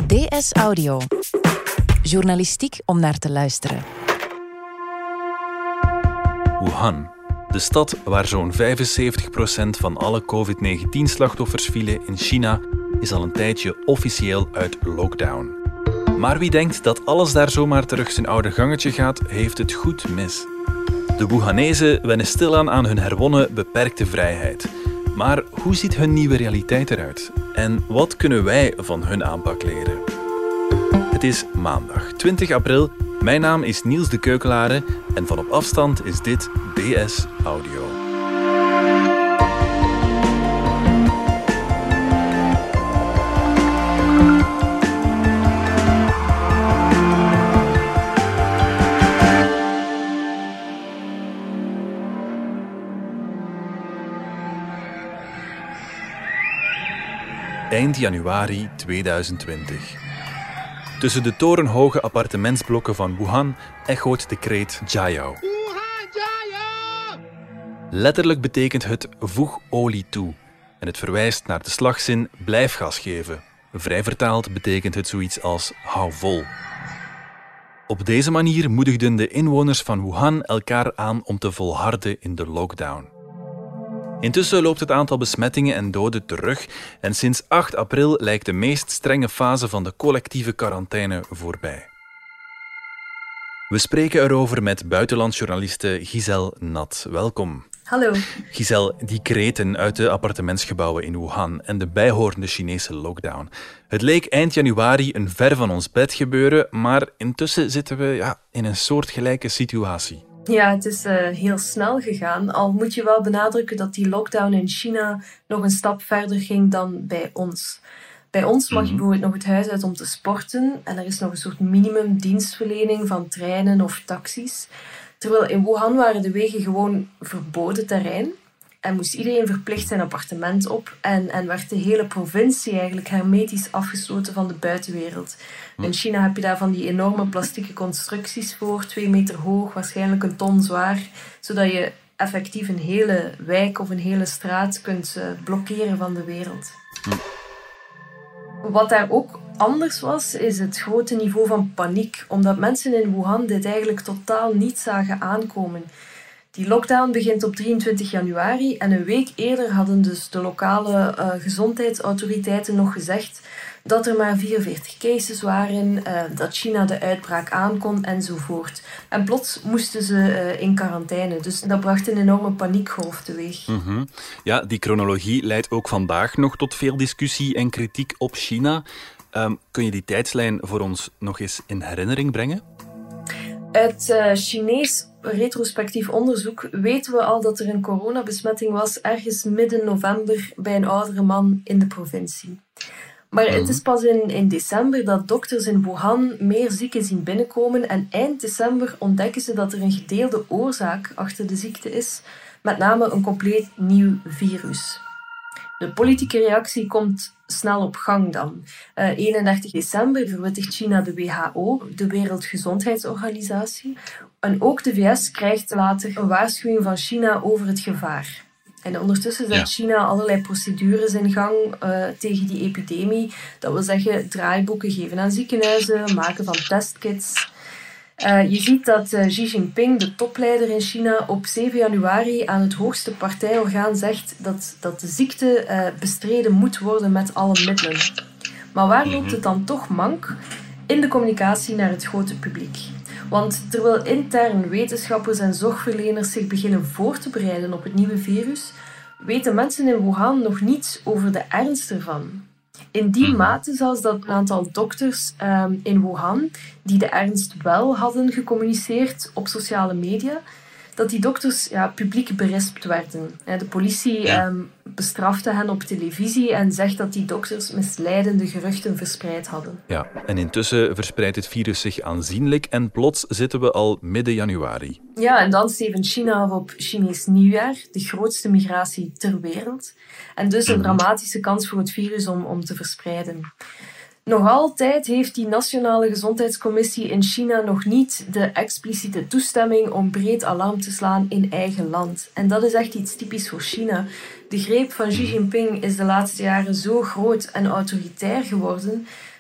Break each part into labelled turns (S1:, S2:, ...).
S1: DS Audio. Journalistiek om naar te luisteren.
S2: Wuhan, de stad waar zo'n 75% van alle COVID-19-slachtoffers vielen in China, is al een tijdje officieel uit lockdown. Maar wie denkt dat alles daar zomaar terug zijn oude gangetje gaat, heeft het goed mis. De Wuhanezen wennen stilaan aan hun herwonnen beperkte vrijheid. Maar hoe ziet hun nieuwe realiteit eruit? En wat kunnen wij van hun aanpak leren? Het is maandag 20 april. Mijn naam is Niels de Keukelare en van op afstand is dit DS Audio. Eind januari 2020. Tussen de torenhoge appartementsblokken van Wuhan echoot de kreet Jiayao. Letterlijk betekent het voeg olie toe en het verwijst naar de slagzin blijf gas geven. Vrij vertaald betekent het zoiets als hou vol. Op deze manier moedigden de inwoners van Wuhan elkaar aan om te volharden in de lockdown. Intussen loopt het aantal besmettingen en doden terug en sinds 8 april lijkt de meest strenge fase van de collectieve quarantaine voorbij. We spreken erover met buitenlandsjournaliste Giselle Nat. Welkom.
S3: Hallo.
S2: Giselle, die kreten uit de appartementsgebouwen in Wuhan en de bijhorende Chinese lockdown. Het leek eind januari een ver van ons bed gebeuren, maar intussen zitten we in een soortgelijke situatie.
S3: Ja, het is heel snel gegaan. Al moet je wel benadrukken dat die lockdown in China nog een stap verder ging dan bij ons. Bij ons mag je bijvoorbeeld nog het huis uit om te sporten en er is nog een soort minimumdienstverlening van treinen of taxis. Terwijl in Wuhan waren de wegen gewoon verboden terrein en moest iedereen verplicht zijn appartement op en werd de hele provincie eigenlijk hermetisch afgesloten van de buitenwereld. In China heb je daar van die enorme plastieke constructies voor, 2 meter hoog, waarschijnlijk een ton zwaar, zodat je effectief een hele wijk of een hele straat kunt blokkeren van de wereld. Wat daar ook anders was, is het grote niveau van paniek, omdat mensen in Wuhan dit eigenlijk totaal niet zagen aankomen. Die lockdown begint op 23 januari en een week eerder hadden dus de lokale gezondheidsautoriteiten nog gezegd dat er maar 44 cases waren, dat China de uitbraak aankon enzovoort. En plots moesten ze in quarantaine, dus dat bracht een enorme paniekgolf teweeg.
S2: Ja, die chronologie leidt ook vandaag nog tot veel discussie en kritiek op China. Kun je die tijdslijn voor ons nog eens in herinnering brengen?
S3: Uit Chinees retrospectief onderzoek weten we al dat er een coronabesmetting was ergens midden november bij een oudere man in de provincie. Maar het is pas in december dat dokters in Wuhan meer zieken zien binnenkomen en eind december ontdekken ze dat er een gedeelde oorzaak achter de ziekte is, met name een compleet nieuw virus. De politieke reactie komt snel op gang dan. 31 december verwittigt China de WHO, de Wereldgezondheidsorganisatie. En ook de VS krijgt later een waarschuwing van China over het gevaar. En ondertussen zet China allerlei procedures in gang tegen die epidemie. Dat wil zeggen draaiboeken geven aan ziekenhuizen, maken van testkits. Je ziet dat Xi Jinping, de topleider in China, op 7 januari aan het hoogste partijorgaan zegt dat de ziekte bestreden moet worden met alle middelen. Maar waar loopt het dan toch mank? In de communicatie naar het grote publiek. Want terwijl intern wetenschappers en zorgverleners zich beginnen voor te bereiden op het nieuwe virus, weten mensen in Wuhan nog niets over de ernst ervan. In die mate zelfs dat een aantal dokters in Wuhan, die de ernst wel hadden gecommuniceerd op sociale media, dat die dokters publiek berispt werden. De politie bestrafte hen op televisie en zegt dat die dokters misleidende geruchten verspreid hadden.
S2: Ja, en intussen verspreidt het virus zich aanzienlijk en plots zitten we al midden januari.
S3: Ja, en dan stevend China af op Chinees nieuwjaar, de grootste migratie ter wereld. En dus een dramatische kans voor het virus om te verspreiden. Nog altijd heeft die Nationale Gezondheidscommissie in China nog niet de expliciete toestemming om breed alarm te slaan in eigen land. En dat is echt iets typisch voor China. De greep van Xi Jinping is de laatste jaren zo groot en autoritair geworden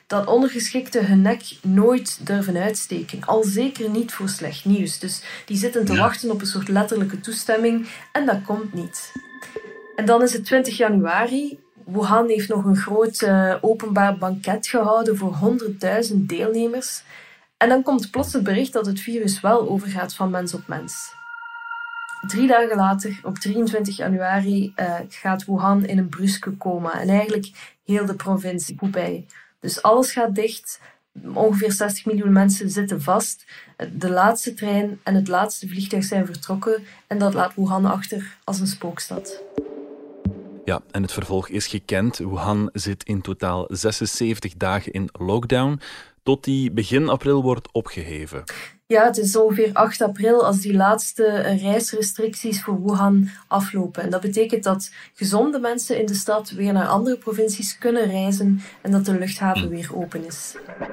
S3: dat ondergeschikten hun nek nooit durven uitsteken. Al zeker niet voor slecht nieuws. Dus die zitten te wachten op een soort letterlijke toestemming en dat komt niet. En dan is het 20 januari. Wuhan heeft nog een groot openbaar banket gehouden voor 100.000 deelnemers. En dan komt plots het bericht dat het virus wel overgaat van mens op mens. 3 dagen later, op 23 januari, gaat Wuhan in een bruske coma. En eigenlijk heel de provincie Hubei. Dus alles gaat dicht. Ongeveer 60 miljoen mensen zitten vast. De laatste trein en het laatste vliegtuig zijn vertrokken. En dat laat Wuhan achter als een spookstad.
S2: Ja, en het vervolg is gekend. Wuhan zit in totaal 76 dagen in lockdown, tot die begin april wordt opgeheven.
S3: Ja, het is ongeveer 8 april als die laatste reisrestricties voor Wuhan aflopen. En dat betekent dat gezonde mensen in de stad weer naar andere provincies kunnen reizen en dat de luchthaven weer open is.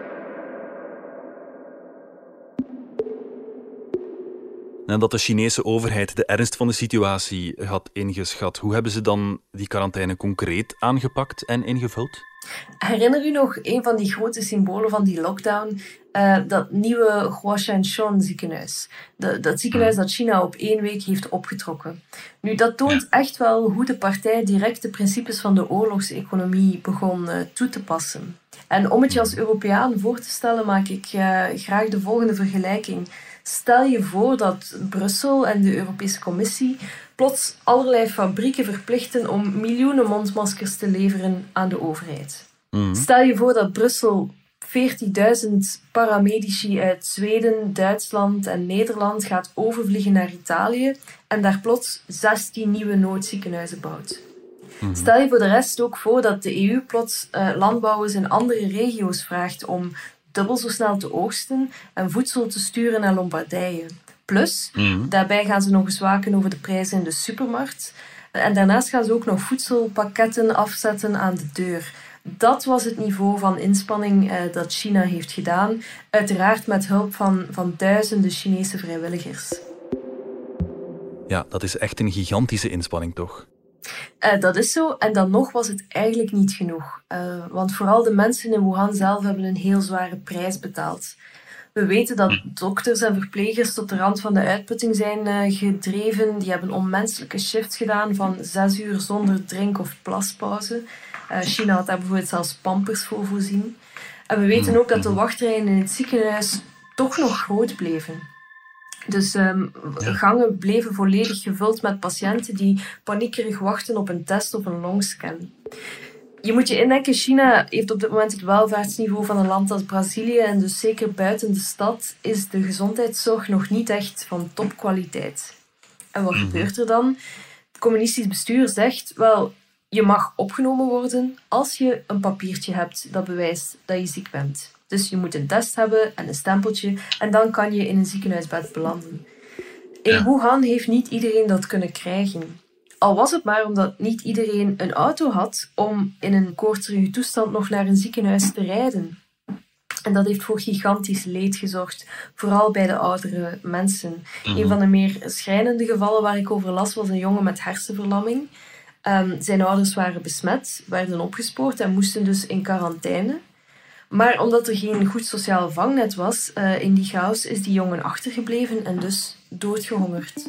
S2: Nadat de Chinese overheid de ernst van de situatie had ingeschat, hoe hebben ze dan die quarantaine concreet aangepakt en ingevuld?
S3: Herinner u nog een van die grote symbolen van die lockdown? Dat nieuwe Huashan ziekenhuis. Dat ziekenhuis dat China op 1 week heeft opgetrokken. Nu, dat toont echt wel hoe de partij direct de principes van de oorlogseconomie begon toe te passen. En om het je als Europeaan voor te stellen, maak ik graag de volgende vergelijking. Stel je voor dat Brussel en de Europese Commissie plots allerlei fabrieken verplichten om miljoenen mondmaskers te leveren aan de overheid. Stel je voor dat Brussel 40.000 paramedici uit Zweden, Duitsland en Nederland gaat overvliegen naar Italië en daar plots 16 nieuwe noodziekenhuizen bouwt. Stel je voor de rest ook voor dat de EU plots landbouwers in andere regio's vraagt om dubbel zo snel te oogsten en voedsel te sturen naar Lombardije. Plus, daarbij gaan ze nog eens waken over de prijzen in de supermarkt. En daarnaast gaan ze ook nog voedselpakketten afzetten aan de deur. Dat was het niveau van inspanning dat China heeft gedaan. Uiteraard met hulp van duizenden Chinese vrijwilligers.
S2: Ja, dat is echt een gigantische inspanning, toch?
S3: Dat is zo. En dan nog was het eigenlijk niet genoeg. Want vooral de mensen in Wuhan zelf hebben een heel zware prijs betaald. We weten dat dokters en verplegers tot de rand van de uitputting zijn gedreven. Die hebben onmenselijke shifts gedaan van 6 uur zonder drink- of plaspauze. China had daar bijvoorbeeld zelfs pampers voor voorzien. En we weten ook dat de wachtrijen in het ziekenhuis toch nog groot bleven. Dus gangen bleven volledig gevuld met patiënten die paniekerig wachten op een test of een longscan. Je moet je indenken, China heeft op dit moment het welvaartsniveau van een land als Brazilië en dus zeker buiten de stad is de gezondheidszorg nog niet echt van topkwaliteit. En wat gebeurt er dan? Het communistisch bestuur zegt, wel, je mag opgenomen worden als je een papiertje hebt dat bewijst dat je ziek bent. Dus je moet een test hebben en een stempeltje en dan kan je in een ziekenhuisbed belanden. In Wuhan heeft niet iedereen dat kunnen krijgen. Al was het maar omdat niet iedereen een auto had om in een koortserige toestand nog naar een ziekenhuis te rijden. En dat heeft voor gigantisch leed gezorgd, vooral bij de oudere mensen. Een van de meer schrijnende gevallen waar ik over las was een jongen met hersenverlamming. Zijn ouders waren besmet, werden opgespoord en moesten dus in quarantaine. Maar omdat er geen goed sociaal vangnet was in die chaos, is die jongen achtergebleven en dus doodgehongerd.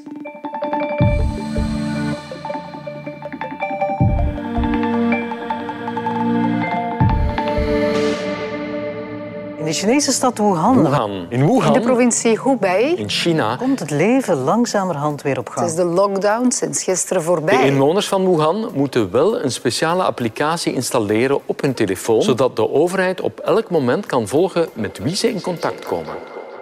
S4: In de Chinese stad Wuhan.
S5: In Wuhan.
S6: In de provincie Hubei.
S5: In China.
S4: Komt het leven langzamerhand weer op gang.
S6: Het is de lockdown sinds gisteren voorbij.
S5: De inwoners van Wuhan moeten wel een speciale applicatie installeren op hun telefoon, zodat de overheid op elk moment kan volgen met wie ze in contact komen.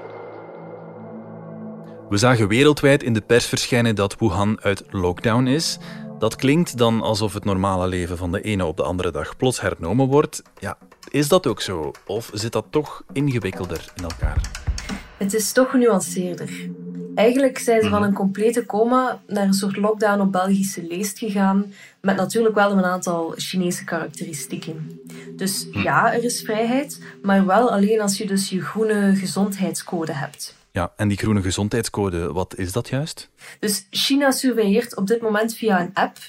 S2: We zagen wereldwijd in de pers verschijnen dat Wuhan uit lockdown is. Dat klinkt dan alsof het normale leven van de ene op de andere dag plots hernomen wordt. Ja, is dat ook zo? Of zit dat toch ingewikkelder in elkaar?
S3: Het is toch genuanceerder. Eigenlijk zijn ze van een complete coma naar een soort lockdown op Belgische leest gegaan, met natuurlijk wel een aantal Chinese karakteristieken. Dus ja, er is vrijheid, maar wel alleen als je dus je groene gezondheidscode hebt.
S2: Ja, en die groene gezondheidscode, wat is dat juist?
S3: Dus China surveilleert op dit moment via een app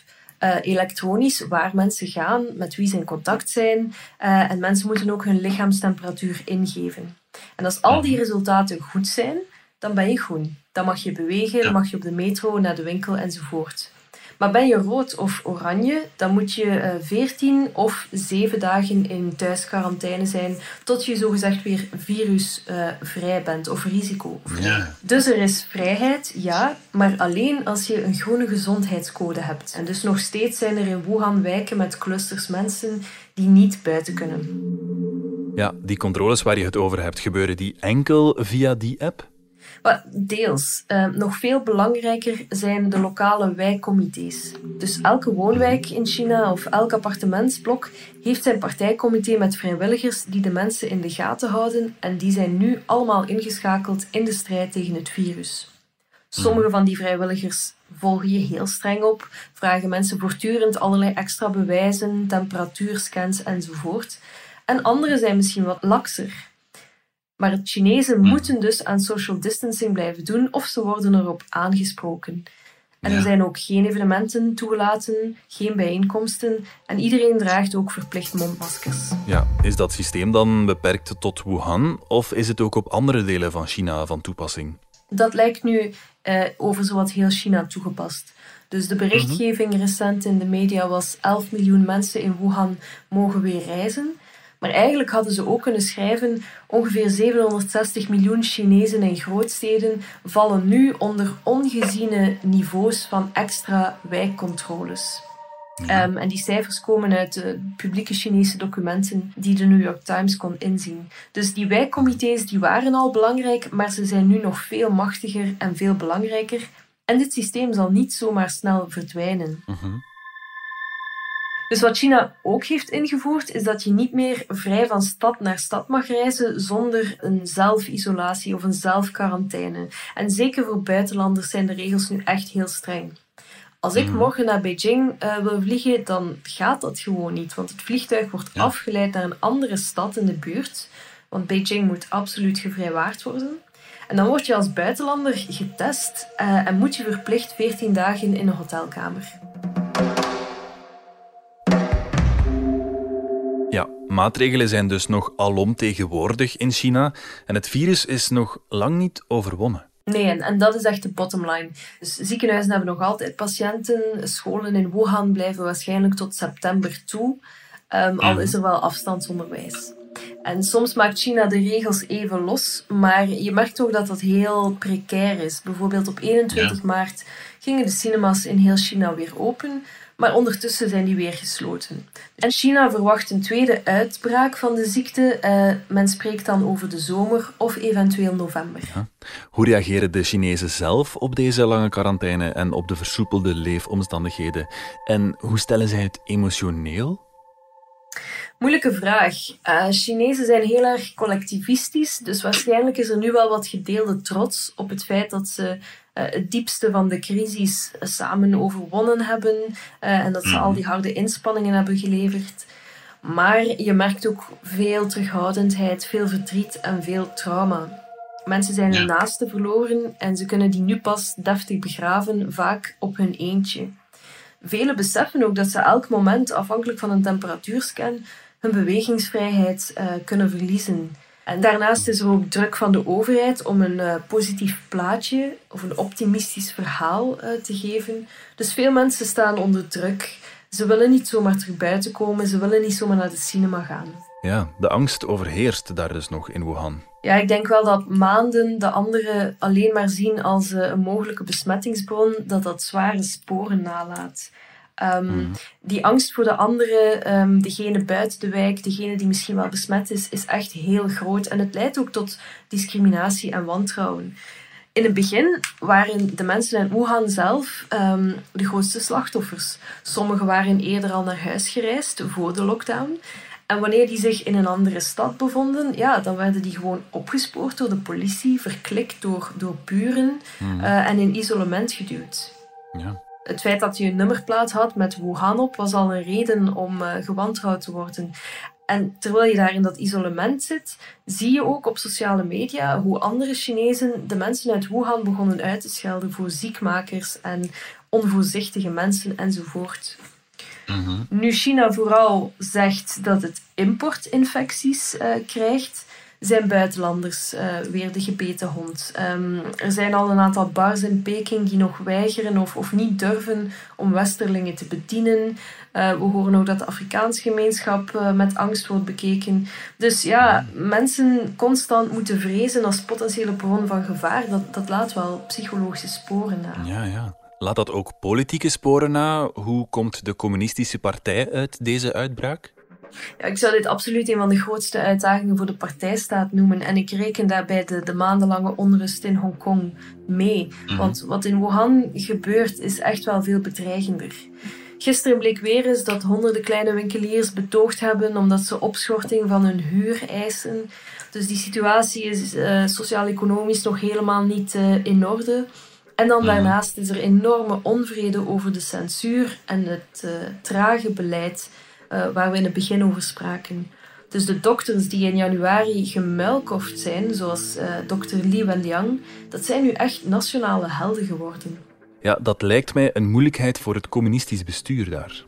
S3: elektronisch waar mensen gaan, met wie ze in contact zijn. En mensen moeten ook hun lichaamstemperatuur ingeven. En als al die resultaten goed zijn, dan ben je groen. Dan mag je bewegen, dan mag je op de metro, naar de winkel enzovoort. Maar ben je rood of oranje, dan moet je 14 of 7 dagen in thuisquarantaine zijn tot je zogezegd weer virusvrij bent of risicovrij. Ja. Dus er is vrijheid, ja, maar alleen als je een groene gezondheidscode hebt. En dus nog steeds zijn er in Wuhan wijken met clusters mensen die niet buiten kunnen.
S2: Ja, die controles waar je het over hebt, gebeuren die enkel via die app?
S3: Deels. Nog veel belangrijker zijn de lokale wijkcomité's. Dus elke woonwijk in China of elk appartementsblok heeft zijn partijcomité met vrijwilligers die de mensen in de gaten houden en die zijn nu allemaal ingeschakeld in de strijd tegen het virus. Sommige van die vrijwilligers volgen je heel streng op, vragen mensen voortdurend allerlei extra bewijzen, temperatuurscans enzovoort. En andere zijn misschien wat lakser. Maar het Chinezen moeten dus aan social distancing blijven doen of ze worden erop aangesproken. En er zijn ook geen evenementen toegelaten, geen bijeenkomsten en iedereen draagt ook verplicht mondmaskers.
S2: Ja, is dat systeem dan beperkt tot Wuhan of is het ook op andere delen van China van toepassing?
S3: Dat lijkt nu over zowat heel China toegepast. Dus de berichtgeving recent in de media was 11 miljoen mensen in Wuhan mogen weer reizen. Maar eigenlijk hadden ze ook kunnen schrijven ongeveer 760 miljoen Chinezen in grootsteden vallen nu onder ongeziene niveaus van extra wijkcontroles. En die cijfers komen uit de publieke Chinese documenten die de New York Times kon inzien. Dus die wijkcomité's die waren al belangrijk, maar ze zijn nu nog veel machtiger en veel belangrijker. En dit systeem zal niet zomaar snel verdwijnen. Dus wat China ook heeft ingevoerd, is dat je niet meer vrij van stad naar stad mag reizen zonder een zelfisolatie of een zelfquarantaine. En zeker voor buitenlanders zijn de regels nu echt heel streng. Als ik morgen naar Beijing wil vliegen, dan gaat dat gewoon niet. Want het vliegtuig wordt afgeleid naar een andere stad in de buurt. Want Beijing moet absoluut gevrijwaard worden. En dan word je als buitenlander getest en moet je verplicht 14 dagen in een hotelkamer.
S2: Ja, maatregelen zijn dus nog alomtegenwoordig in China en het virus is nog lang niet overwonnen.
S3: Nee, en dat is echt de bottom line. Dus ziekenhuizen hebben nog altijd patiënten. Scholen in Wuhan blijven waarschijnlijk tot september toe. Al is er wel afstandsonderwijs. En soms maakt China de regels even los, maar je merkt ook dat dat heel precair is. Bijvoorbeeld op 21 maart gingen de cinemas in heel China weer open, maar ondertussen zijn die weer gesloten. En China verwacht een tweede uitbraak van de ziekte. Men spreekt dan over de zomer of eventueel november.
S2: Ja. Hoe reageren de Chinezen zelf op deze lange quarantaine en op de versoepelde leefomstandigheden? En hoe stellen zij het emotioneel?
S3: Moeilijke vraag. Chinezen zijn heel erg collectivistisch, dus waarschijnlijk is er nu wel wat gedeelde trots op het feit dat ze het diepste van de crisis samen overwonnen hebben en dat ze al die harde inspanningen hebben geleverd. Maar je merkt ook veel terughoudendheid, veel verdriet en veel trauma. Mensen zijn hun naasten verloren en ze kunnen die nu pas deftig begraven, vaak op hun eentje. Velen beseffen ook dat ze elk moment, afhankelijk van een temperatuurscan, hun bewegingsvrijheid kunnen verliezen. En daarnaast is er ook druk van de overheid om een positief plaatje of een optimistisch verhaal te geven. Dus veel mensen staan onder druk. Ze willen niet zomaar terug buiten komen, ze willen niet zomaar naar de cinema gaan.
S2: Ja, de angst overheerst daar dus nog in Wuhan.
S3: Ja, ik denk wel dat maanden de anderen alleen maar zien als een mogelijke besmettingsbron, dat zware sporen nalaat. Die angst voor de anderen, degene buiten de wijk, degene die misschien wel besmet is echt heel groot. En het leidt ook tot discriminatie en wantrouwen. In het begin waren de mensen in Wuhan zelf de grootste slachtoffers. Sommigen waren eerder al naar huis gereisd voor de lockdown. En wanneer die zich in een andere stad bevonden, dan werden die gewoon opgespoord door de politie, verklikt door buren en in isolement geduwd. Ja. Het feit dat je een nummerplaat had met Wuhan op, was al een reden om gewantrouwd te worden. En terwijl je daar in dat isolement zit, zie je ook op sociale media hoe andere Chinezen de mensen uit Wuhan begonnen uit te schelden voor ziekmakers en onvoorzichtige mensen enzovoort. Nu China vooral zegt dat het importinfecties krijgt, zijn buitenlanders weer de gebeten hond. Er zijn al een aantal bars in Peking die nog weigeren of niet durven om Westerlingen te bedienen. We horen ook dat de Afrikaanse gemeenschap met angst wordt bekeken. Dus ja, mensen constant moeten vrezen als potentiële bron van gevaar. Dat laat wel psychologische sporen na.
S2: Ja. Laat dat ook politieke sporen na? Hoe komt de communistische partij uit deze uitbraak?
S3: Ja, ik zou dit absoluut een van de grootste uitdagingen voor de partijstaat noemen. En ik reken daarbij de maandenlange onrust in Hongkong mee. Want wat in Wuhan gebeurt, is echt wel veel bedreigender. Gisteren bleek weer eens dat honderden kleine winkeliers betoogd hebben omdat ze opschorting van hun huur eisen. Dus die situatie is sociaal-economisch nog helemaal niet in orde. En dan daarnaast is er enorme onvrede over de censuur en het trage beleid waar we in het begin over spraken. Dus de dokters die in januari gemuilkoft zijn, zoals dokter Li Wenliang, dat zijn nu echt nationale helden geworden.
S2: Ja, dat lijkt mij een moeilijkheid voor het communistisch bestuur daar.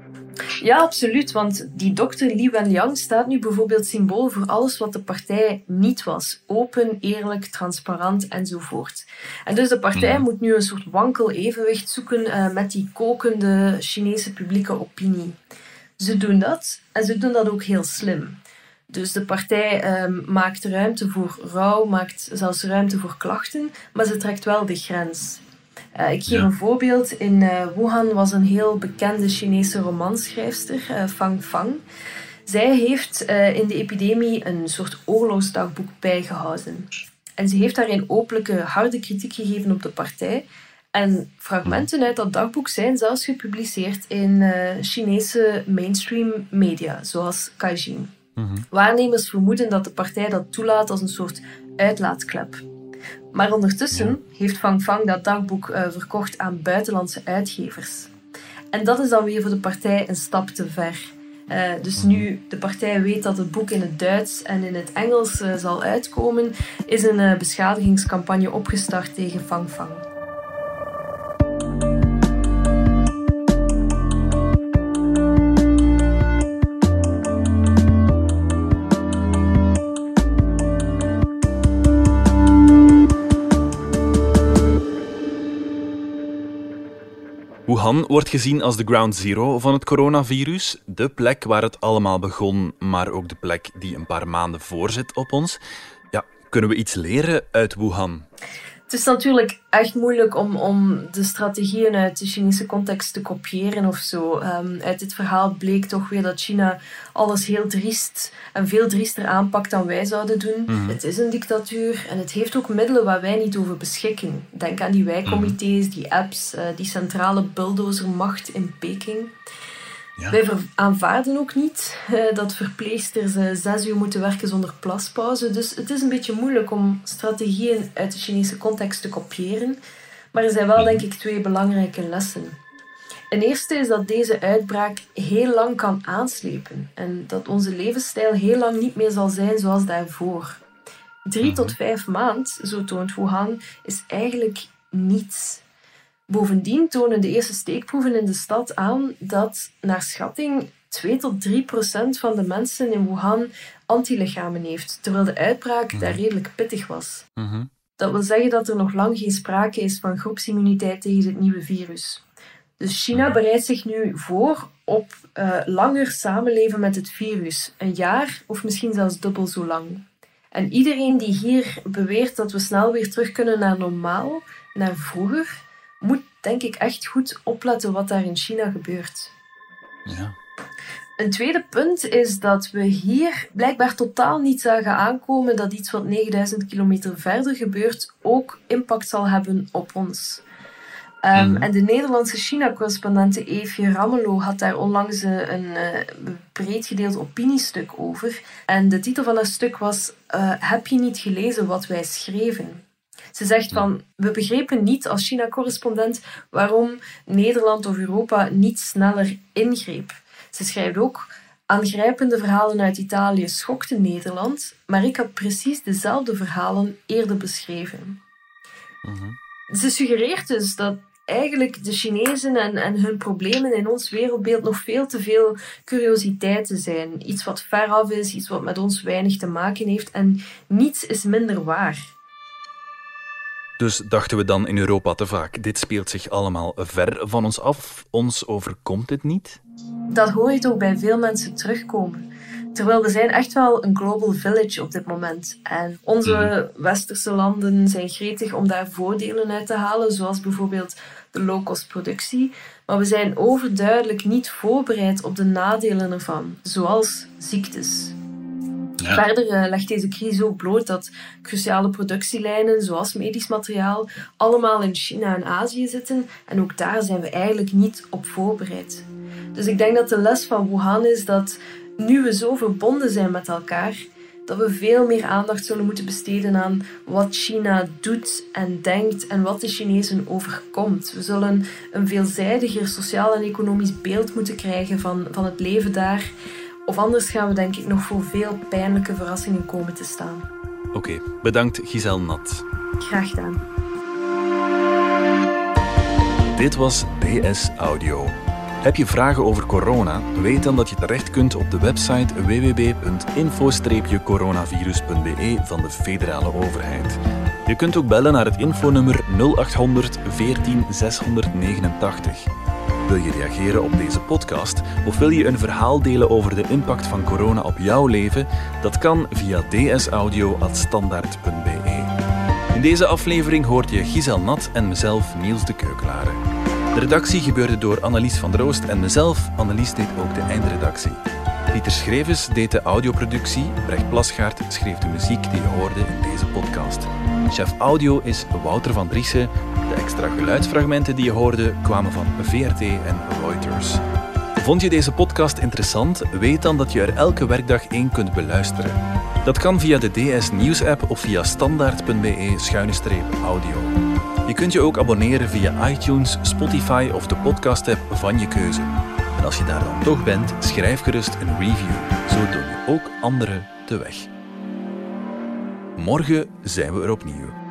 S3: Ja, absoluut, want die dokter Li Wenliang staat nu bijvoorbeeld symbool voor alles wat de partij niet was. Open, eerlijk, transparant enzovoort. En dus de partij moet nu een soort wankel evenwicht zoeken met die kokende Chinese publieke opinie. Ze doen dat en ze doen dat ook heel slim. Dus de partij maakt ruimte voor rouw, maakt zelfs ruimte voor klachten, maar ze trekt wel de grens. Ik geef een voorbeeld. In Wuhan was een heel bekende Chinese romanschrijfster, Fang Fang. Zij heeft in de epidemie een soort oorlogsdagboek bijgehouden. En ze heeft daarin openlijke harde kritiek gegeven op de partij. En fragmenten uit dat dagboek zijn zelfs gepubliceerd in Chinese mainstream media, zoals Caixin. Waarnemers vermoeden dat de partij dat toelaat als een soort uitlaatklep. Maar ondertussen heeft Fang Fang dat dagboek verkocht aan buitenlandse uitgevers. En dat is dan weer voor de partij een stap te ver. Dus nu de partij weet dat het boek in het Duits en in het Engels zal uitkomen, is een beschadigingscampagne opgestart tegen Fang Fang.
S2: Wuhan wordt gezien als de ground zero van het coronavirus. De plek waar het allemaal begon, maar ook de plek die een paar maanden voorzit op ons. Ja, kunnen we iets leren uit Wuhan?
S3: Het is natuurlijk echt moeilijk om de strategieën uit de Chinese context te kopiëren of zo. Uit dit verhaal bleek toch weer dat China alles heel driest en veel driester aanpakt dan wij zouden doen. Het is een dictatuur en het heeft ook middelen waar wij niet over beschikken. Denk aan die wijkcomité's, die apps, die centrale bulldozermacht in Peking. Ja. Wij aanvaarden ook niet dat verpleegsters 6 uur moeten werken zonder plaspauze. Dus het is een beetje moeilijk om strategieën uit de Chinese context te kopiëren. Maar er zijn wel, denk ik, 2 belangrijke lessen. Een eerste is dat deze uitbraak heel lang kan aanslepen. En dat onze levensstijl heel lang niet meer zal zijn zoals daarvoor. 3 tot 5 maanden, zo toont Wuhan, is eigenlijk niets. Bovendien tonen de eerste steekproeven in de stad aan dat naar schatting 2 tot 3% van de mensen in Wuhan antilichamen heeft, terwijl de uitbraak daar redelijk pittig was. Dat wil zeggen dat er nog lang geen sprake is van groepsimmuniteit tegen het nieuwe virus. Dus China bereidt zich nu voor op langer samenleven met het virus. 1 jaar of misschien zelfs dubbel zo lang. En iedereen die hier beweert dat we snel weer terug kunnen naar normaal, naar vroeger, moet denk ik echt goed opletten wat daar in China gebeurt.
S2: Ja.
S3: Een tweede punt is dat we hier blijkbaar totaal niet zagen aankomen dat iets wat 9000 kilometer verder gebeurt ook impact zal hebben op ons. En de Nederlandse China-correspondente Eefje Rammelo had daar onlangs een breed gedeeld opiniestuk over. En de titel van haar stuk was Heb je niet gelezen wat wij schreven? Ze zegt van, we begrepen niet als China-correspondent waarom Nederland of Europa niet sneller ingreep. Ze schrijft ook, aangrijpende verhalen uit Italië schokten Nederland, maar ik had precies dezelfde verhalen eerder beschreven. Ze suggereert dus dat eigenlijk de Chinezen en hun problemen in ons wereldbeeld nog veel te veel curiositeiten zijn. Iets wat veraf is, iets wat met ons weinig te maken heeft en niets is minder waar.
S2: Dus dachten we dan in Europa te vaak, dit speelt zich allemaal ver van ons af, ons overkomt het niet?
S3: Dat hoor je ook bij veel mensen terugkomen. Terwijl we zijn echt wel een global village op dit moment. En onze westerse landen zijn gretig om daar voordelen uit te halen, zoals bijvoorbeeld de low-cost productie. Maar we zijn overduidelijk niet voorbereid op de nadelen ervan, zoals ziektes. Ja. Verder legt deze crisis ook bloot dat cruciale productielijnen, zoals medisch materiaal, allemaal in China en Azië zitten. En ook daar zijn we eigenlijk niet op voorbereid. Dus ik denk dat de les van Wuhan is dat nu we zo verbonden zijn met elkaar, dat we veel meer aandacht zullen moeten besteden aan wat China doet en denkt en wat de Chinezen overkomt. We zullen een veelzijdiger sociaal en economisch beeld moeten krijgen van het leven daar. Of anders gaan we denk ik nog voor veel pijnlijke verrassingen komen te staan.
S2: Oké, bedankt Giselle Nat.
S3: Graag gedaan.
S2: Dit was DS Audio. Heb je vragen over corona? Weet dan dat je terecht kunt op de website www.info-coronavirus.be van de federale overheid. Je kunt ook bellen naar het infonummer 0800 14 689. Wil je reageren op deze podcast of wil je een verhaal delen over de impact van corona op jouw leven? Dat kan via dsaudio@standaard.be. In deze aflevering hoort je Giselle Nat en mezelf, Niels de Keukelare. De redactie gebeurde door Annelies van der Oost en mezelf. Annelies deed ook de eindredactie. Pieter Schrevens deed de audioproductie. Brecht Plasgaard schreef de muziek die je hoorde in deze podcast. Chef audio is Wouter van Driessen. De extra geluidsfragmenten die je hoorde kwamen van VRT en Reuters. Vond je deze podcast interessant? Weet dan dat je er elke werkdag 1 kunt beluisteren. Dat kan via de DS Nieuws app of via standaard.be/audio. Je kunt je ook abonneren via iTunes, Spotify of de podcast-app van je keuze. En als je daar dan toch bent, schrijf gerust een review. Zo doe je ook anderen de weg. Morgen zijn we er opnieuw.